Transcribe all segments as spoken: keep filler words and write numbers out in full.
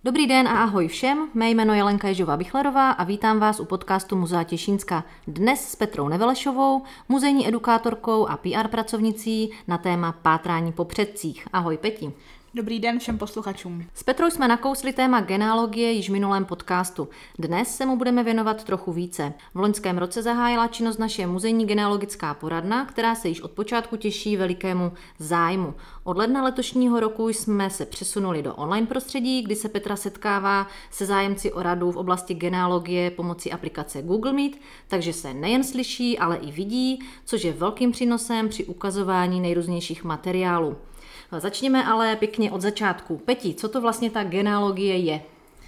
Dobrý den a ahoj všem, mé jméno je Lenka Ježová-Bichlerová a vítám vás u podcastu Muzea Těšínska. Dnes s Petrou Nevelešovou, muzejní edukátorkou a P R pracovnicí na téma pátrání po předcích. Ahoj Peti. Dobrý den všem posluchačům. S Petrou jsme nakousli téma genealogie již v minulém podcastu. Dnes se mu budeme věnovat trochu více. V loňském roce zahájila činnost naše muzejní genealogická poradna, která se již od počátku těší velikému zájmu. Od ledna letošního roku jsme se přesunuli do online prostředí, kdy se Petra setkává se zájemci o radu v oblasti genealogie pomocí aplikace Google Meet, takže se nejen slyší, ale i vidí, což je velkým přínosem při ukazování nejrůznějších materiálů. Začněme ale pěkně od začátku. Peti, co to vlastně ta genealogie je?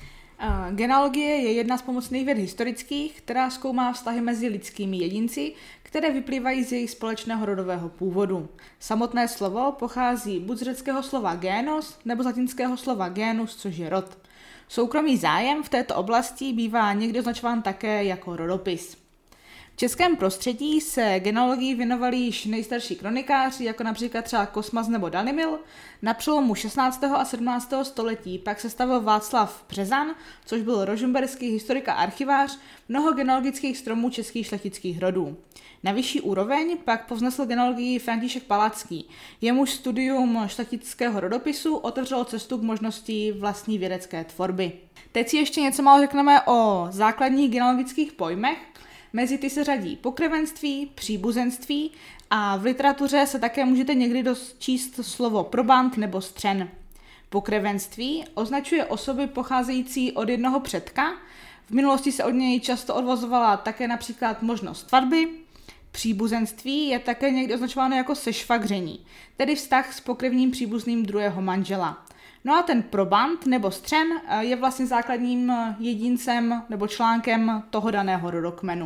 Genealogie je jedna z pomocných věd historických, která zkoumá vztahy mezi lidskými jedinci, které vyplývají z jejich společného rodového původu. Samotné slovo pochází buď z řeckého slova génos, nebo z latinského slova genus, což je rod. Soukromý zájem v této oblasti bývá někdy označován také jako rodopis. V českém prostředí se genealogii věnovali již nejstarší kronikáři, jako například třeba Kosmas nebo Danimil. Na přelomu šestnáctého a sedmnáctého století pak sestavil Václav Březan, což byl rožmberský historik a archivář, mnoho genealogických stromů českých šlechtických rodů. Na vyšší úroveň pak povznesl genealogii František Palacký. Jemuž studium šlechtického rodopisu otevřelo cestu k možnosti vlastní vědecké tvorby. Teď si ještě něco málo řekneme o základních genealogických pojmech. Mezi ty se řadí pokrvenství, příbuzenství a v literatuře se také můžete někdy dočíst slovo probant nebo střen. Pokrvenství označuje osoby pocházející od jednoho předka, v minulosti se od něj často odvozovala také například možnost svatby. Příbuzenství je také někdy označováno jako sešvagření, tedy vztah s pokrevním příbuzným druhého manžela. No a ten probant nebo střen je vlastně základním jedincem nebo článkem toho daného rodokmenu.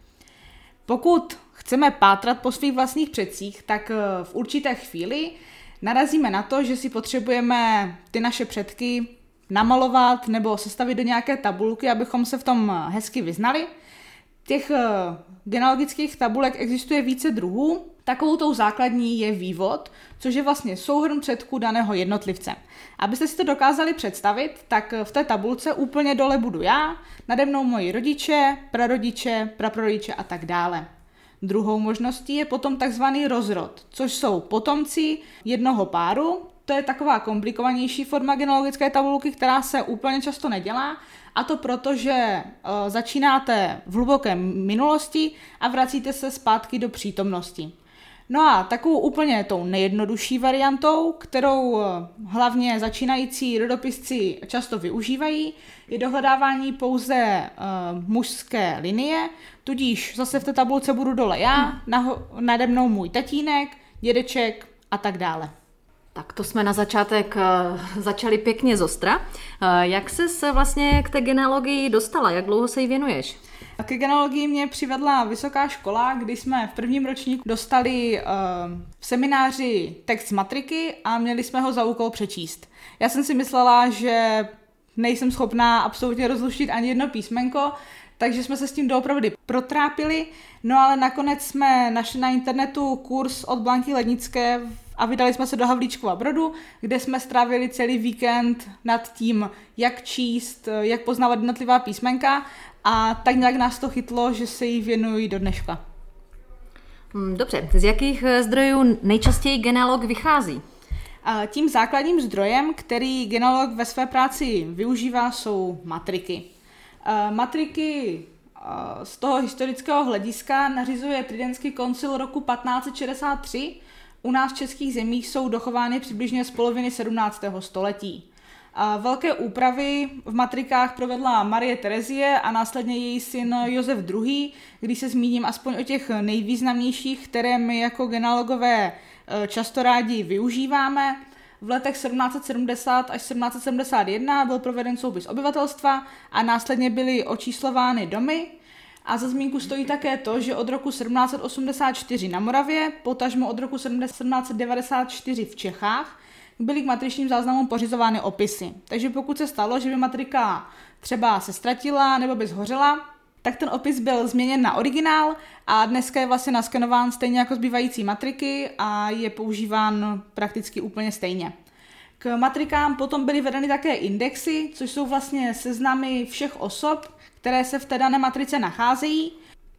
Pokud chceme pátrat po svých vlastních předcích, tak v určité chvíli narazíme na to, že si potřebujeme ty naše předky namalovat nebo sestavit do nějaké tabulky, abychom se v tom hezky vyznali. Těch genealogických tabulek existuje více druhů. Takovou tou základní je vývod, což je vlastně souhrn předků daného jednotlivce. Abyste si to dokázali představit, tak v té tabulce úplně dole budu já, nade mnou moji rodiče, prarodiče, praprarodiče a tak dále. Druhou možností je potom takzvaný rozrod, což jsou potomci jednoho páru. To je taková komplikovanější forma genealogické tabulky, která se úplně často nedělá, a to proto, že e, začínáte v hluboké minulosti a vracíte se zpátky do přítomnosti. No a takovou úplně tou nejjednodušší variantou, kterou hlavně začínající rodopisci často využívají, je dohledávání pouze uh, mužské linie, tudíž zase v té tabulce budu dole já, naho- nade mnou můj tatínek, dědeček a tak dále. Tak to jsme na začátek uh, začali pěkně zostra. Uh, jak ses vlastně k té genealogii dostala? Jak dlouho se jí věnuješ? Ke genealogii mě přivedla vysoká škola, kdy jsme v prvním ročníku dostali uh, v semináři text z matriky a měli jsme ho za úkol přečíst. Já jsem si myslela, že nejsem schopná absolutně rozluštit ani jedno písmenko, takže jsme se s tím doopravdy protrápili, no ale nakonec jsme našli na internetu kurz od Blanky Lednické a vydali jsme se do Havlíčkova Brodu, kde jsme strávili celý víkend nad tím, jak číst, jak poznávat jednotlivá písmenka, a tak nějak nás to chytlo, že se jí věnují do dneška. Dobře, z jakých zdrojů nejčastěji genealog vychází? A tím základním zdrojem, který genealog ve své práci využívá, jsou matriky. A matriky z toho historického hlediska nařizuje Tridentský koncil roku patnáct set šedesát tři. U nás v českých zemích jsou dochovány přibližně z poloviny sedmnáctého století. A velké úpravy v matrikách provedla Marie Terezie a následně její syn Josef druhý., když se zmíním aspoň o těch nejvýznamnějších, které my jako genealogové často rádi využíváme. V letech sedmnáct set sedmdesát až sedmnáct set sedmdesát jedna byl proveden soupis obyvatelstva a následně byly očíslovány domy. A za zmínku stojí také to, že od roku sedmnáct set osmdesát čtyři na Moravě, potažmo od roku sedmnáct set devadesát čtyři v Čechách, byly k matričním záznamům pořizovány opisy. Takže pokud se stalo, že by matrika třeba se ztratila nebo by zhořela, tak ten opis byl změněn na originál a dneska je vlastně naskenován stejně jako zbývající matriky a je používán prakticky úplně stejně. K matrikám potom byly vedeny také indexy, což jsou vlastně seznamy všech osob, které se v té dané matrice nacházejí.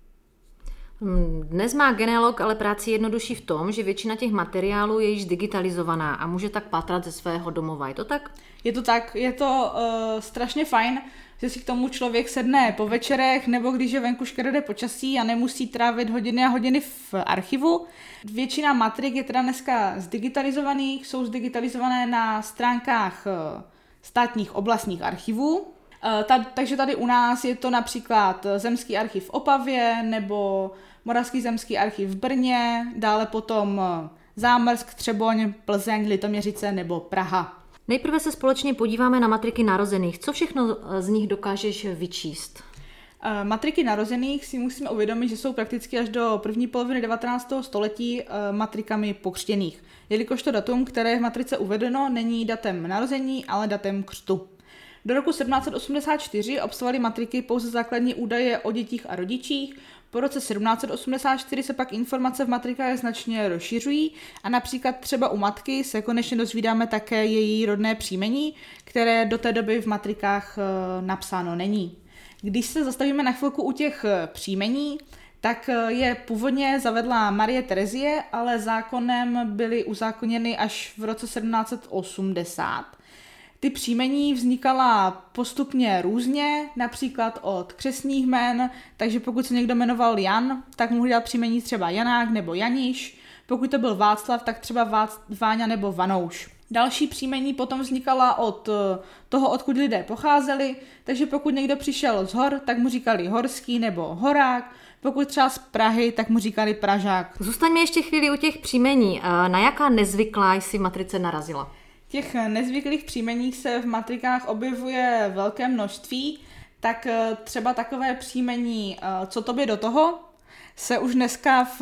Dnes má genealog ale práci jednodušší v tom, že většina těch materiálů je již digitalizovaná a může tak pátrat ze svého domova. Je to tak? Je to tak, je to uh, strašně fajn, že si k tomu člověk sedne po večerech nebo když je venku škaredé počasí a nemusí trávit hodiny a hodiny v archivu. Většina matrik je teda dneska zdigitalizovaných, jsou zdigitalizované na stránkách uh, státních oblastních archivů. Uh, ta, takže tady u nás je to například Zemský archiv v Opavě nebo Moravský zemský archiv v Brně, dále potom Zámrsk, Třeboň, Plzeň, Litoměřice nebo Praha. Nejprve se společně podíváme na matriky narozených. Co všechno z nich dokážeš vyčíst? Matriky narozených si musíme uvědomit, že jsou prakticky až do první poloviny devatenáctého století matrikami pokřtěných, jelikož to datum, které je v matrice uvedeno, není datem narození, ale datem křtu. Do roku sedmnáct set osmdesát čtyři obsahovaly matriky pouze základní údaje o dětích a rodičích, po roce sedmnáct set osmdesát čtyři se pak informace v matrikách značně rozšiřují a například třeba u matky se konečně dozvídáme také její rodné příjmení, které do té doby v matrikách napsáno není. Když se zastavíme na chvilku u těch příjmení, tak je původně zavedla Marie Terezie, ale zákonem byly uzákoněny až v roce sedmnáct set osmdesát. Ty příjmení vznikala postupně různě, například od křestních jmen, takže pokud se někdo jmenoval Jan, tak mohl dát příjmení třeba Janák nebo Janíš, pokud to byl Václav, tak třeba Vác, Váňa nebo Vanouš. Další příjmení potom vznikala od toho, odkud lidé pocházeli, takže pokud někdo přišel z hor, tak mu říkali Horský nebo Horák, pokud třeba z Prahy, tak mu říkali Pražák. Zůstaňme ještě chvíli u těch příjmení. Na jaká nezvyklá jsi v matrice narazila? Těch nezvyklých příjmení se v matrikách objevuje velké množství, tak třeba takové příjmení co tobě do toho se už dneska v,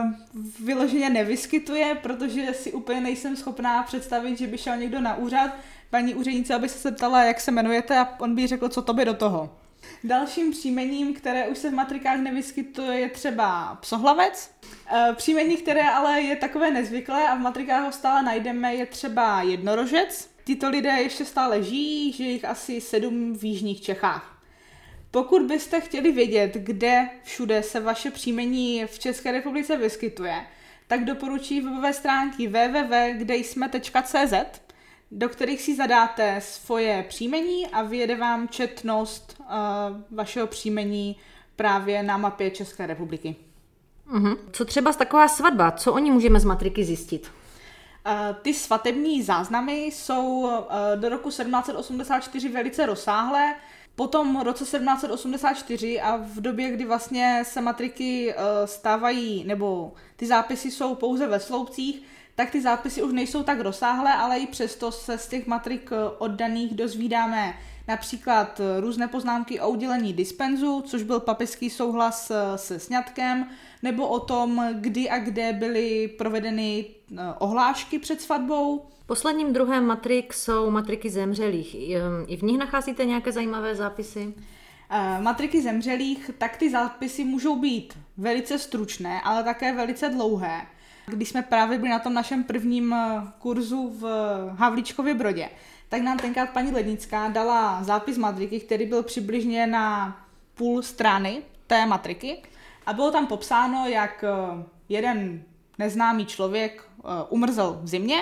v vyloženě nevyskytuje, protože si úplně nejsem schopná představit, že by šel někdo na úřad, paní úřednice, aby se zeptala, jak se jmenujete a on by řekl, co tobě do toho. Dalším příjmením, které už se v matrikách nevyskytuje, je třeba psohlavec. Příjmení, které ale je takové nezvyklé a v matrikách ho stále najdeme, je třeba jednorožec. Tito lidé ještě stále žijí, že jich asi sedm v jižních Čechách. Pokud byste chtěli vědět, kde všude se vaše příjmení v České republice vyskytuje, tak doporučuji webové stránky w w w tečka kdejsme tečka c z, do kterých si zadáte svoje příjmení a vyjede vám četnost uh, vašeho příjmení právě na mapě České republiky. Uhum. Co třeba z taková svatba? Co o ní můžeme z matriky zjistit? Uh, ty svatební záznamy jsou uh, do roku sedmnáct set osmdesát čtyři velice rozsáhlé. Potom v roce sedmnáct set osmdesát čtyři a v době, kdy vlastně se matriky uh, stávají, nebo ty zápisy jsou pouze ve sloupcích, tak ty zápisy už nejsou tak rozsáhlé, ale i přesto se z těch matrik oddaných dozvídáme například různé poznámky o udělení dispenzu, což byl papežský souhlas se sňatkem, nebo o tom, kdy a kde byly provedeny ohlášky před svatbou. Posledním druhem matrik jsou matriky zemřelých. I v nich nacházíte nějaké zajímavé zápisy? Matriky zemřelých, tak ty zápisy můžou být velice stručné, ale také velice dlouhé. Když jsme právě byli na tom našem prvním kurzu v Havlíčkově Brodě, tak nám tenkrát paní Lednická dala zápis matriky, který byl přibližně na půl strany té matriky a bylo tam popsáno, jak jeden neznámý člověk umrzel v zimě,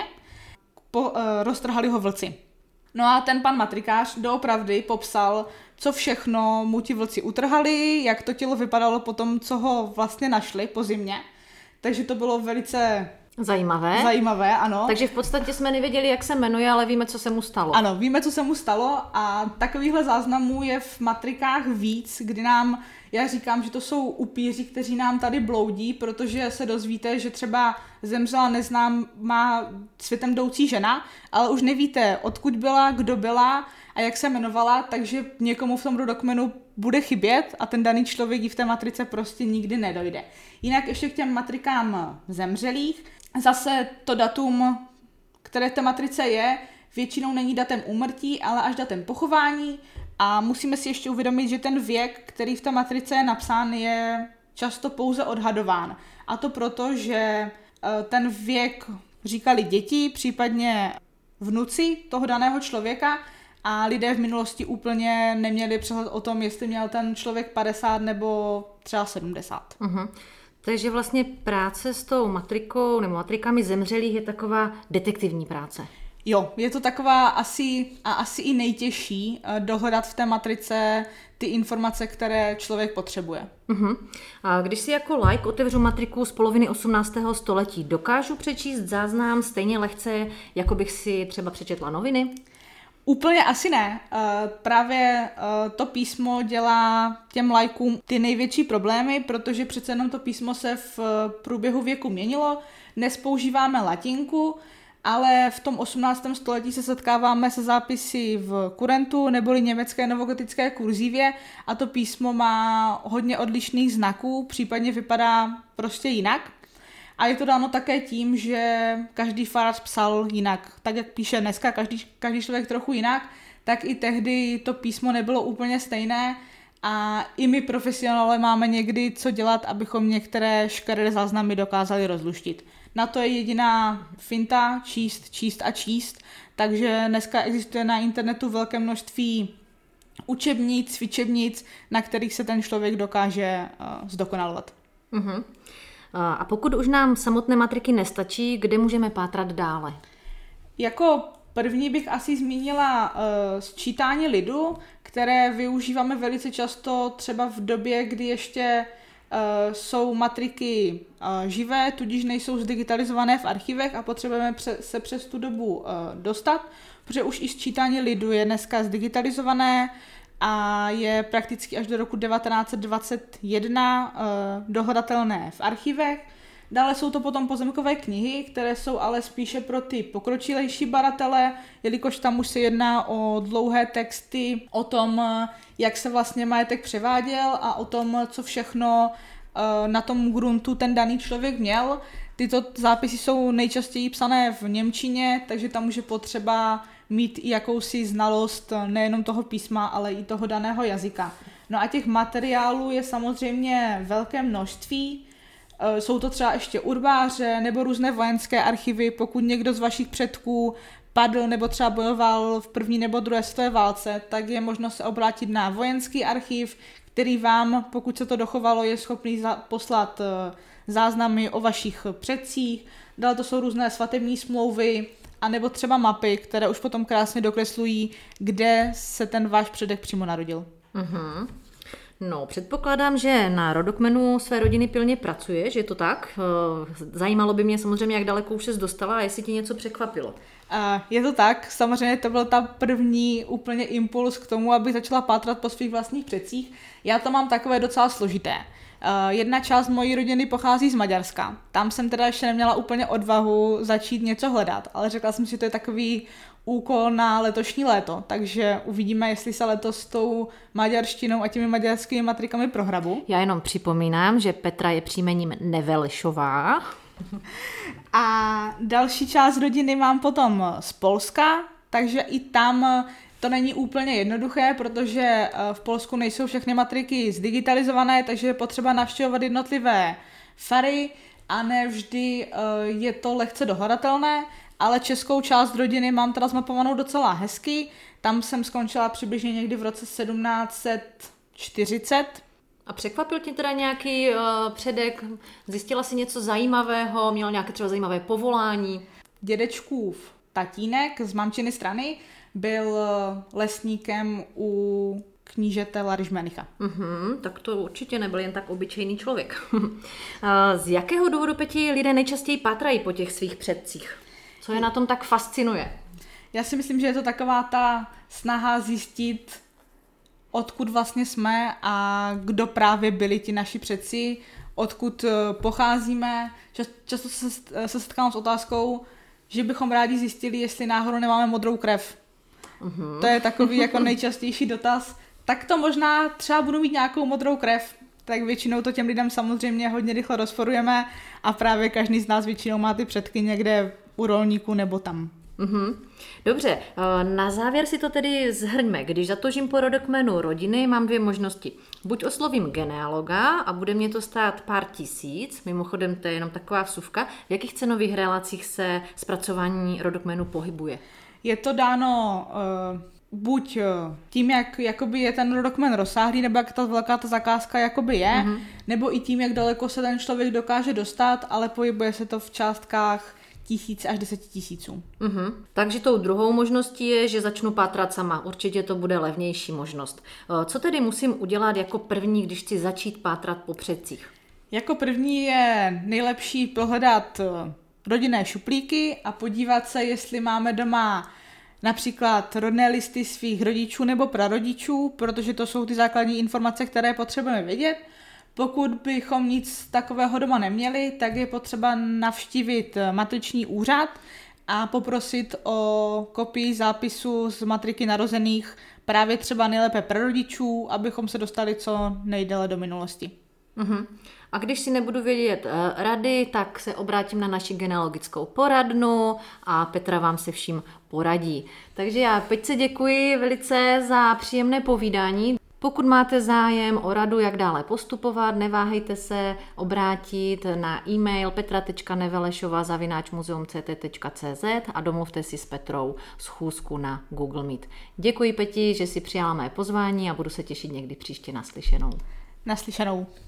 po, roztrhali ho vlci. No a ten pan matrikář doopravdy popsal, co všechno mu ti vlci utrhali, jak to tělo vypadalo po tom, co ho vlastně našli po zimě. Takže to bylo velice zajímavé. Zajímavé, ano. Takže v podstatě jsme nevěděli, jak se jmenuje, ale víme, co se mu stalo. Ano, víme, co se mu stalo a takovýchhle záznamů je v matrikách víc, kdy nám, já říkám, že to jsou upíři, kteří nám tady bloudí, protože se dozvíte, že třeba zemřela neznámá světem jdoucí žena, ale už nevíte, odkud byla, kdo byla a jak se jmenovala, takže někomu v tom rodokmenu bude chybět a ten daný člověk ji v té matrice prostě nikdy nedojde. Jinak ještě k těm matrikám zemřelých. Zase to datum, které v té matrice je, většinou není datem úmrtí, ale až datem pochování a musíme si ještě uvědomit, že ten věk, který v té matrice je napsán, je často pouze odhadován. A to proto, že ten věk říkali děti, případně vnuci toho daného člověka a lidé v minulosti úplně neměli přehled o tom, jestli měl ten člověk padesát nebo třeba sedmdesát. Uh-huh. Takže vlastně práce s tou matrikou nebo matrikami zemřelých je taková detektivní práce. Jo, je to taková asi a asi i nejtěžší dohledat v té matrice ty informace, které člověk potřebuje. Uh-huh. A když si jako laik otevřu matriku z poloviny osmnáctého století, dokážu přečíst záznam stejně lehce, jako bych si třeba přečetla noviny? Úplně asi ne. Právě to písmo dělá těm laikům ty největší problémy, protože přece jenom to písmo se v průběhu věku měnilo. Dnes používáme latinku, ale v tom osmnáctém století se setkáváme se zápisy v kurentu neboli německé novogotické kurzívě a to písmo má hodně odlišných znaků, případně vypadá prostě jinak. A je to dáno také tím, že každý farář psal jinak. Tak, jak píše dneska každý, každý člověk trochu jinak, tak i tehdy to písmo nebylo úplně stejné a i my profesionálové máme někdy co dělat, abychom některé škaredé záznamy dokázali rozluštit. Na to je jediná finta, číst, číst a číst, takže dneska existuje na internetu velké množství učebnic, cvičebnic, na kterých se ten člověk dokáže uh, zdokonalovat. Uh-huh. A pokud už nám samotné matriky nestačí, kde můžeme pátrat dále? Jako první bych asi zmínila uh, sčítání lidu, které využíváme velice často třeba v době, kdy ještě uh, jsou matriky uh, živé, tudíž nejsou zdigitalizované v archivech a potřebujeme pře- se přes tu dobu uh, dostat, protože už i sčítání lidu je dneska zdigitalizované a je prakticky až do roku devatenáct set dvacet jedna uh, dohledatelné v archivech. Dále jsou to potom pozemkové knihy, které jsou ale spíše pro ty pokročilejší badatele, jelikož tam už se jedná o dlouhé texty o tom, jak se vlastně majetek převáděl a o tom, co všechno uh, na tom gruntu ten daný člověk měl. Tyto zápisy jsou nejčastěji psané v němčině, takže tam už je potřeba mít i jakousi znalost nejenom toho písma, ale i toho daného jazyka. No a těch materiálů je samozřejmě velké množství. Jsou to třeba ještě urbáře nebo různé vojenské archivy, pokud někdo z vašich předků padl nebo třeba bojoval v první nebo druhé světové válce, tak je možno se obrátit na vojenský archiv, který vám, pokud se to dochovalo, je schopný poslat záznamy o vašich předcích. Dále to jsou různé svatební smlouvy, a nebo třeba mapy, které už potom krásně dokreslují, kde se ten váš předek přímo narodil. Uh-huh. No, předpokládám, že na rodokmenu své rodiny pilně pracuješ, je to tak? Zajímalo by mě samozřejmě, jak daleko už ses dostala a jestli ti něco překvapilo. Je to tak, samozřejmě to byl ta první úplně impuls k tomu, abych začala pátrat po svých vlastních předcích. Já to mám takové docela složité. Jedna část mojí rodiny pochází z Maďarska. Tam jsem teda ještě neměla úplně odvahu začít něco hledat, ale řekla jsem si, že to je takový úkol na letošní léto, takže uvidíme, jestli se letos s tou maďarštinou a těmi maďarskými matrikami prohrabu. Já jenom připomínám, že Petra je příjmením Nevelešová. A další část rodiny mám potom z Polska, takže i tam to není úplně jednoduché, protože v Polsku nejsou všechny matriky zdigitalizované, takže je potřeba navštěvovat jednotlivé fary a ne vždy je to lehce dohledatelné, ale českou část rodiny mám teda zmapovanou docela hezky. Tam jsem skončila přibližně někdy v roce sedmnáct set čtyřicet. A překvapil tě teda nějaký uh, předek? Zjistila jsi něco zajímavého? Měl nějaké třeba zajímavé povolání? Dědečkův tatínek z mamčiny strany byl lesníkem u knížete Laryžmenicha. Uh-huh, tak to určitě nebyl jen tak obyčejný člověk. Z jakého důvodu, Peti, lidé nejčastěji pátrají po těch svých předcích? Co je na tom tak fascinuje? Já si myslím, že je to taková ta snaha zjistit, odkud vlastně jsme a kdo právě byli ti naši předci, odkud pocházíme. Často se, se setkám s otázkou, že bychom rádi zjistili, jestli náhodou nemáme modrou krev. Uhum. To je takový jako nejčastější dotaz. Tak to možná třeba budu mít nějakou modrou krev, tak většinou to těm lidem samozřejmě hodně rychle rozporujeme a právě každý z nás většinou má ty předky někde u rolníku nebo tam. Uhum. Dobře, na závěr si to tedy zhrňme. Když zatožím po rodokmenu rodiny, mám dvě možnosti. Buď oslovím genealoga a bude mě to stát pár tisíc, mimochodem to je jenom taková vsuvka, v jakých cenových relacích se zpracování rodokmenu pohybuje? Je to dáno uh, buď tím, jak jakoby je ten rodokmen rozsáhlý, nebo jak ta velká ta zakázka jakoby je, mm-hmm. nebo i tím, jak daleko se ten člověk dokáže dostat, ale pohybuje se to v částkách tisíc až deset tisíců. Mm-hmm. Takže tou druhou možností je, že začnu pátrat sama. Určitě to bude levnější možnost. Co tedy musím udělat jako první, když chci začít pátrat po předcích? Jako první je nejlepší pohledat rodinné šuplíky a podívat se, jestli máme doma například rodné listy svých rodičů nebo prarodičů, protože to jsou ty základní informace, které potřebujeme vědět. Pokud bychom nic takového doma neměli, tak je potřeba navštívit matriční úřad a poprosit o kopii zápisu z matriky narozených právě třeba nejlépe prarodičů, abychom se dostali co nejdéle do minulosti. Uhum. A když si nebudu vědět uh, rady, tak se obrátím na naši genealogickou poradnu a Petra vám se vším poradí. Takže já Peťce děkuji velice za příjemné povídání. Pokud máte zájem o radu, jak dále postupovat, neváhejte se obrátit na e-mail petra tečka nevelešová zavináč muzeum c t tečka c z a domluvte si s Petrou schůzku na Google Meet. Děkuji Peti, že si přijala mé pozvání a budu se těšit někdy příště naslyšenou. Naslyšenou.